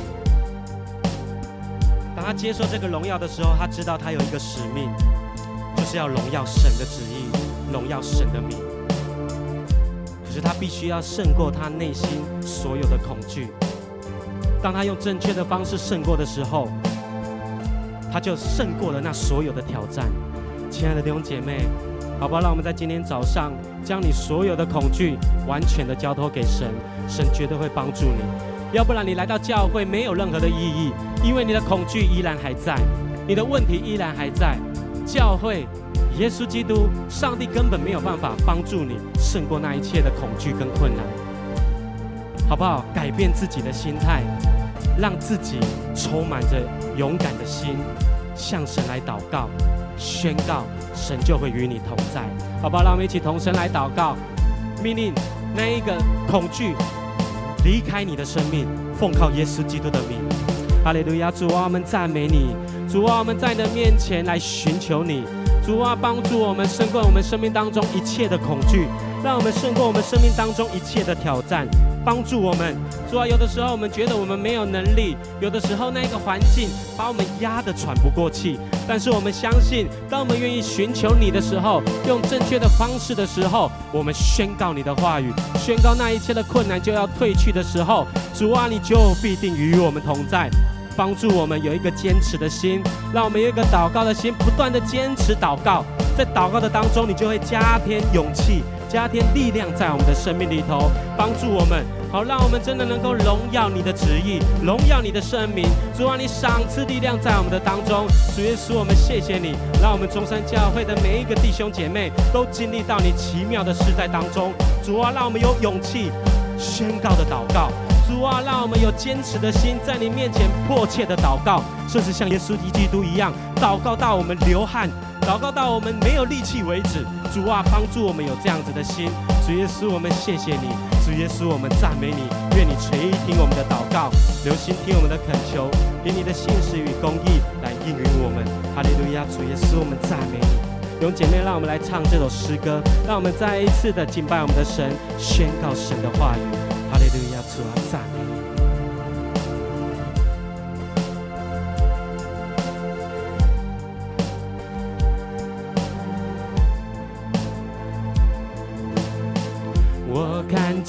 Speaker 1: 当他接受这个荣耀的时候，他知道他有一个使命，就是要荣耀神的旨意，荣耀神的名。可是他必须要胜过他内心所有的恐惧。当他用正确的方式胜过的时候，他就胜过了那所有的挑战。亲爱的弟兄姐妹，好不好？让我们在今天早上将你所有的恐惧完全的交托给神，神绝对会帮助你。要不然你来到教会没有任何的意义，因为你的恐惧依然还在，你的问题依然还在。教会、耶稣基督、上帝根本没有办法帮助你胜过那一切的恐惧跟困难，好不好？改变自己的心态，让自己充满着勇敢的心，向神来祷告，宣告神就会与你同在，好不好？让我们一起同声来祷告，命令那一个恐惧离开你的生命，奉靠耶稣基督的名。哈利路亚！主啊，我们赞美你，主啊，我们在你的面前来寻求你，主啊，帮助我们胜过我们生命当中一切的恐惧，让我们胜过我们生命当中一切的挑战，帮助我们。主啊，有的时候我们觉得我们没有能力，有的时候那个环境把我们压得喘不过气，但是我们相信，当我们愿意寻求你的时候，用正确的方式的时候，我们宣告你的话语，宣告那一切的困难就要退去的时候，主啊，你就必定与我们同在，帮助我们有一个坚持的心，让我们有一个祷告的心，不断的坚持祷告。在祷告的当中，你就会加添勇气，加添力量在我们的生命里头，帮助我们，好让我们真的能够荣耀你的旨意，荣耀你的圣名。主啊，你赏赐力量在我们的当中。主耶稣，我们谢谢你，让我们中山教会的每一个弟兄姐妹都经历到你奇妙的事在当中。主啊，让我们有勇气宣告的祷告。主啊，让我们有坚持的心，在你面前迫切的祷告，甚至像耶稣基督一样，祷告到我们流汗，祷告到我们没有力气为止。主啊，帮助我们有这样子的心。主耶稣，我们谢谢你。主耶稣，我们赞美你。愿你垂听我们的祷告，留心听我们的恳求，以你的信实与公义来应允我们。哈利路亚！主耶稣，我们赞美你。弟兄姐妹，让我们来唱这首诗歌，让我们再一次的敬拜我们的神，宣告神的话语。哈利路亚！主啊，赞美你。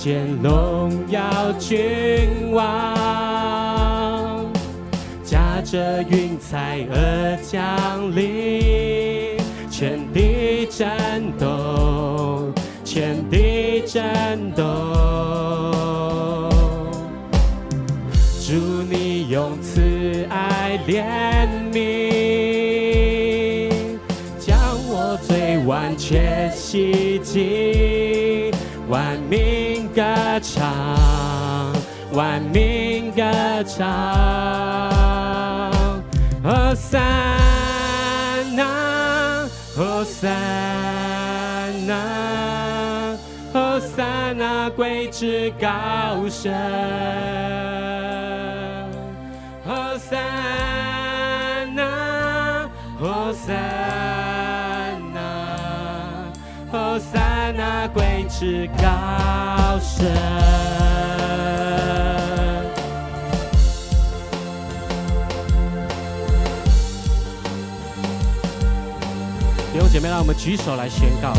Speaker 1: 显荣耀君王，驾着云彩而降临，全地震动，全地震动。主你用慈爱怜悯，将我罪完全洗净，万民歌唱，万民歌唱。和散那，和散那，和散那，归至高神。和散那，和散那，和散那，归至高神。弟兄姐妹，让我们举手来宣告。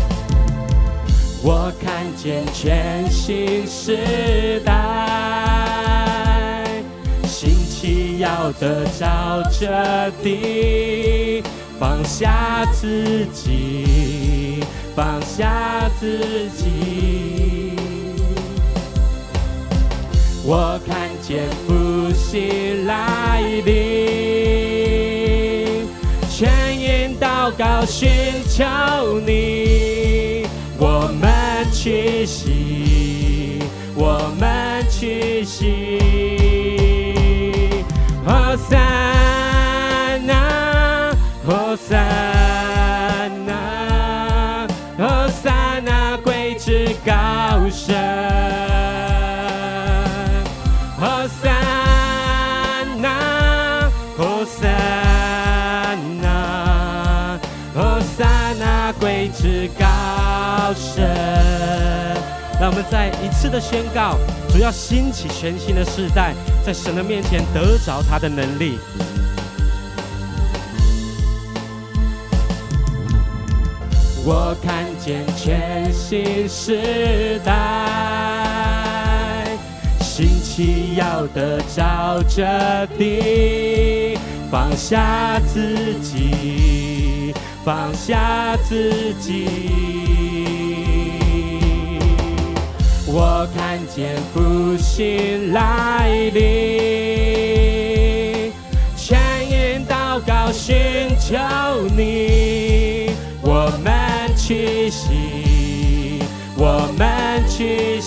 Speaker 1: 我看见全新时代，兴起要得着这地，放下自己，放下自己。我看见复兴来临，全因祷告寻求你，我们屈膝，我们屈膝。和散那，和散那，和散那，归至高神。和散那，和散那，和散那，归至高神。让我们再一次的宣告，主要兴起全新的世代，在神的面前得着他的能力。我看见全新时代，兴起要得着这地，放下自己，放下自己。我看见复兴来临，全因祷告寻求你，我们屈膝，我们屈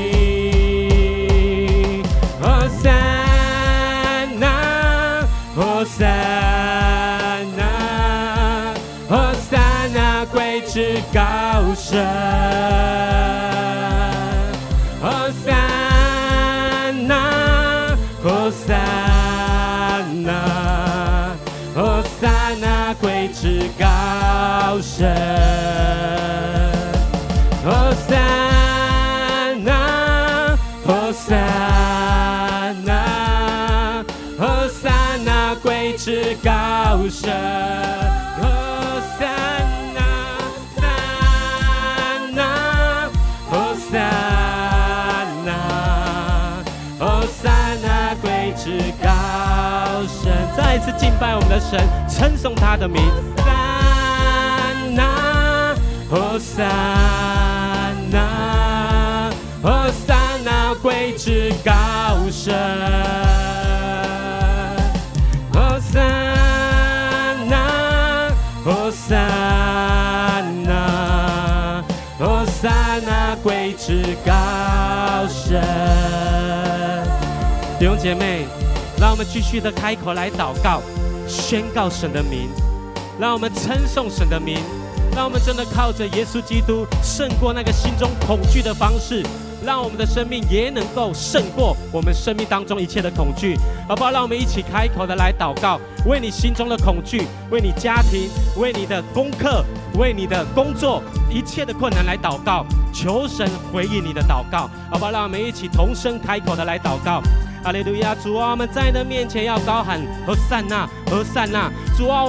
Speaker 1: 膝。和散那，和散那，和散那，归至高神。和散那，和散那，和散那，归至高神。和散那，和散那，和散那，归至高神。和散那，散那，和散那，和散那，归至高神。再一次敬拜我们的神，称颂他的名。散那，和散那，和散那，归至高神。和散那，和散那，和散那，归至高神。弟兄姐妹，让我们继续的开口来祷告，宣告神的名，让我们称颂神的名，让我们真的靠着耶稣基督胜过那个心中恐惧的方式，让我们的生命也能够胜过我们生命当中一切的恐惧，好不好？让我们一起开口的来祷告，为你心中的恐惧，为你家庭，为你的功课，为你的工作，一切的困难来祷告，求神回应你的祷告，好不好？让我们一起同声开口的来祷告。哈利路亚！主啊，我们在你的面前要高喊和散那，和散那。主啊，我们要得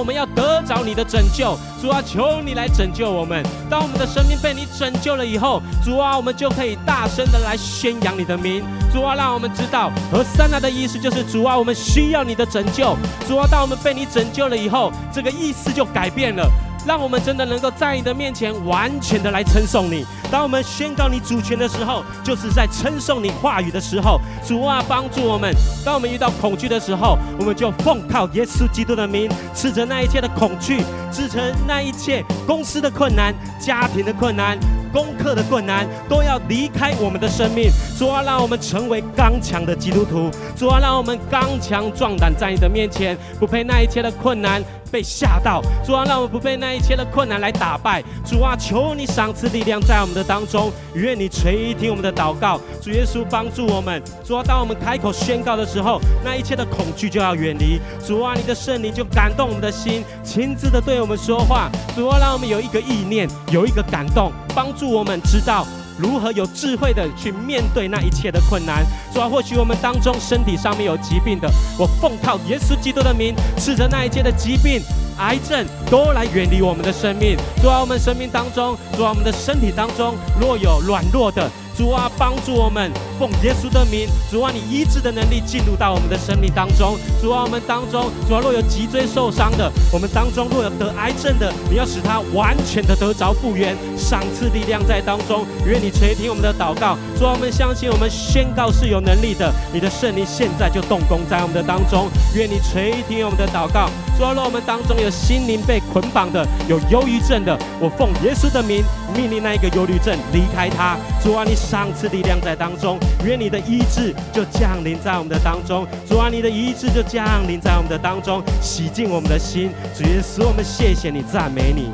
Speaker 1: 得着你的拯救。主啊，求你来拯救我们。当我们的生命被你拯救了以后，主啊，我们就可以大声的来宣扬你的名。主啊，让我们知道和散那的意思就是主啊，我们需要你的拯救。主啊，当我们被你拯救了以后，这个意思就改变了，让我们真的能够在你的面前完全的来称颂你。当我们宣告你主权的时候，就是在称颂你话语的时候。主啊，帮助我们，当我们遇到恐惧的时候，我们就奉靠耶稣基督的名，斥责那一切的恐惧，斥责那一切公司的困难、家庭的困难、功课的困难，都要离开我们的生命。主啊，让我们成为刚强的基督徒。主啊，让我们刚强壮胆在你的面前，不被那一切的困难被吓到。主啊，让我们不被那一切的困难来打败。主啊，求你赏赐力量在我们的当中，愿你垂听我们的祷告。主耶稣帮助我们。主啊，当我们开口宣告的时候，那一切的恐惧就要远离。主啊，你的圣灵就感动我们的心，亲自的对我们说话。主啊，让我们有一个意念，有一个感动，帮助我们知道如何有智慧的去面对那一切的困难。主啊，或许我们当中身体上面有疾病的，我奉靠耶稣基督的名，斥责那一切的疾病、癌症都来远离我们的生命。主啊，我们生命当中，主啊，我们的身体当中若有软弱的，主啊，帮助我们，奉耶稣的名。主啊，你医治的能力进入到我们的生命当中。主啊，我们当中，主啊，若有脊椎受伤的，我们当中若有得癌症的，你要使他完全的得着复原，赏赐力量在当中。愿你垂听我们的祷告。主啊，我们相信，我们宣告是有能力的，你的圣灵现在就动工在我们的当中。愿你垂听我们的祷告。主啊，若我们当中有心灵被捆绑的，有忧郁症的，我奉耶稣的名命令那一个忧郁症离开他。主啊，你赏赐力量在当中，愿你的医治就降临在我们的当中。主啊，你的医治就降临在我们的当中，洗净我们的心。主耶稣，我们谢谢你，赞美你。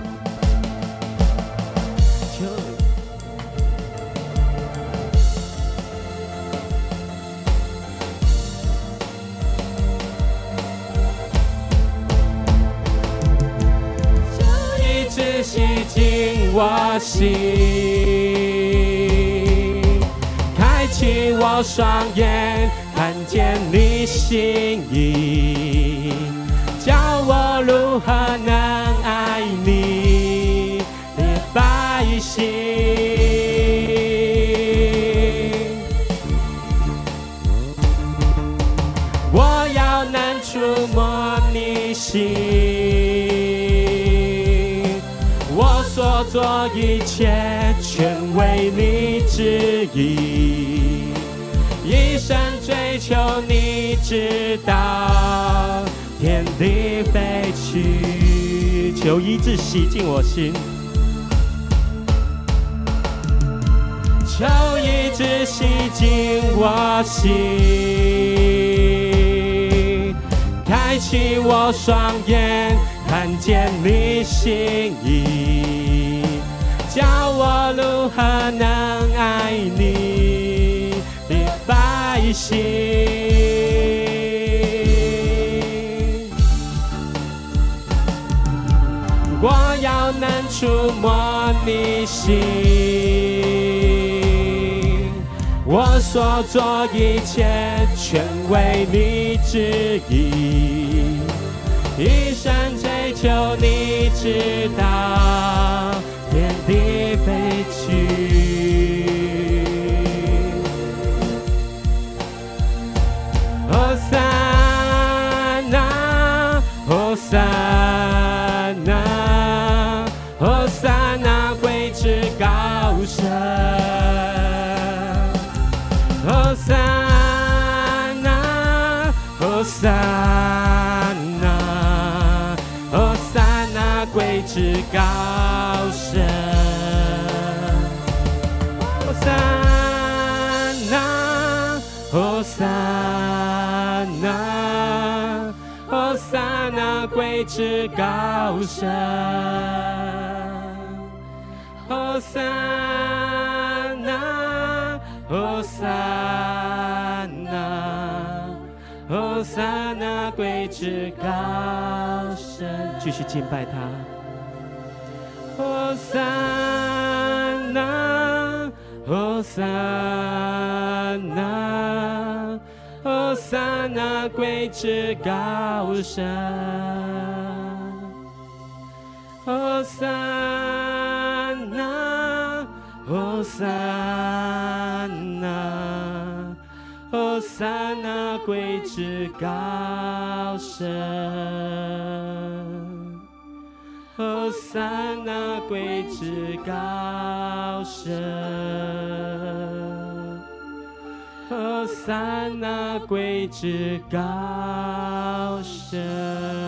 Speaker 1: 洗净我心，开启我双眼，看见你心意，教我如何能爱你的百姓。我要能触摸你心，所做一切全为你旨意，一生追求你直到天地废去。求医治洗净我心，求医治洗净我心，开启我双眼，看见你心意，教我如何能爱你的百姓。我要能触摸你心，我所做一切全为你旨意，一生追求你直到天地废去。哦撒那，哦撒那，哦撒那归至高神。哦撒那，哦撒那，哦撒那归至高神。哦撒那，哦撒那，哦撒那归至高神。哦撒那，哦撒那，哦撒那归至高神。继续敬拜他。哦撒那，哦撒那，哦撒那归至高神。 和散那，和散那，和散那归至高神，和散那归至高神，和散那归至高神。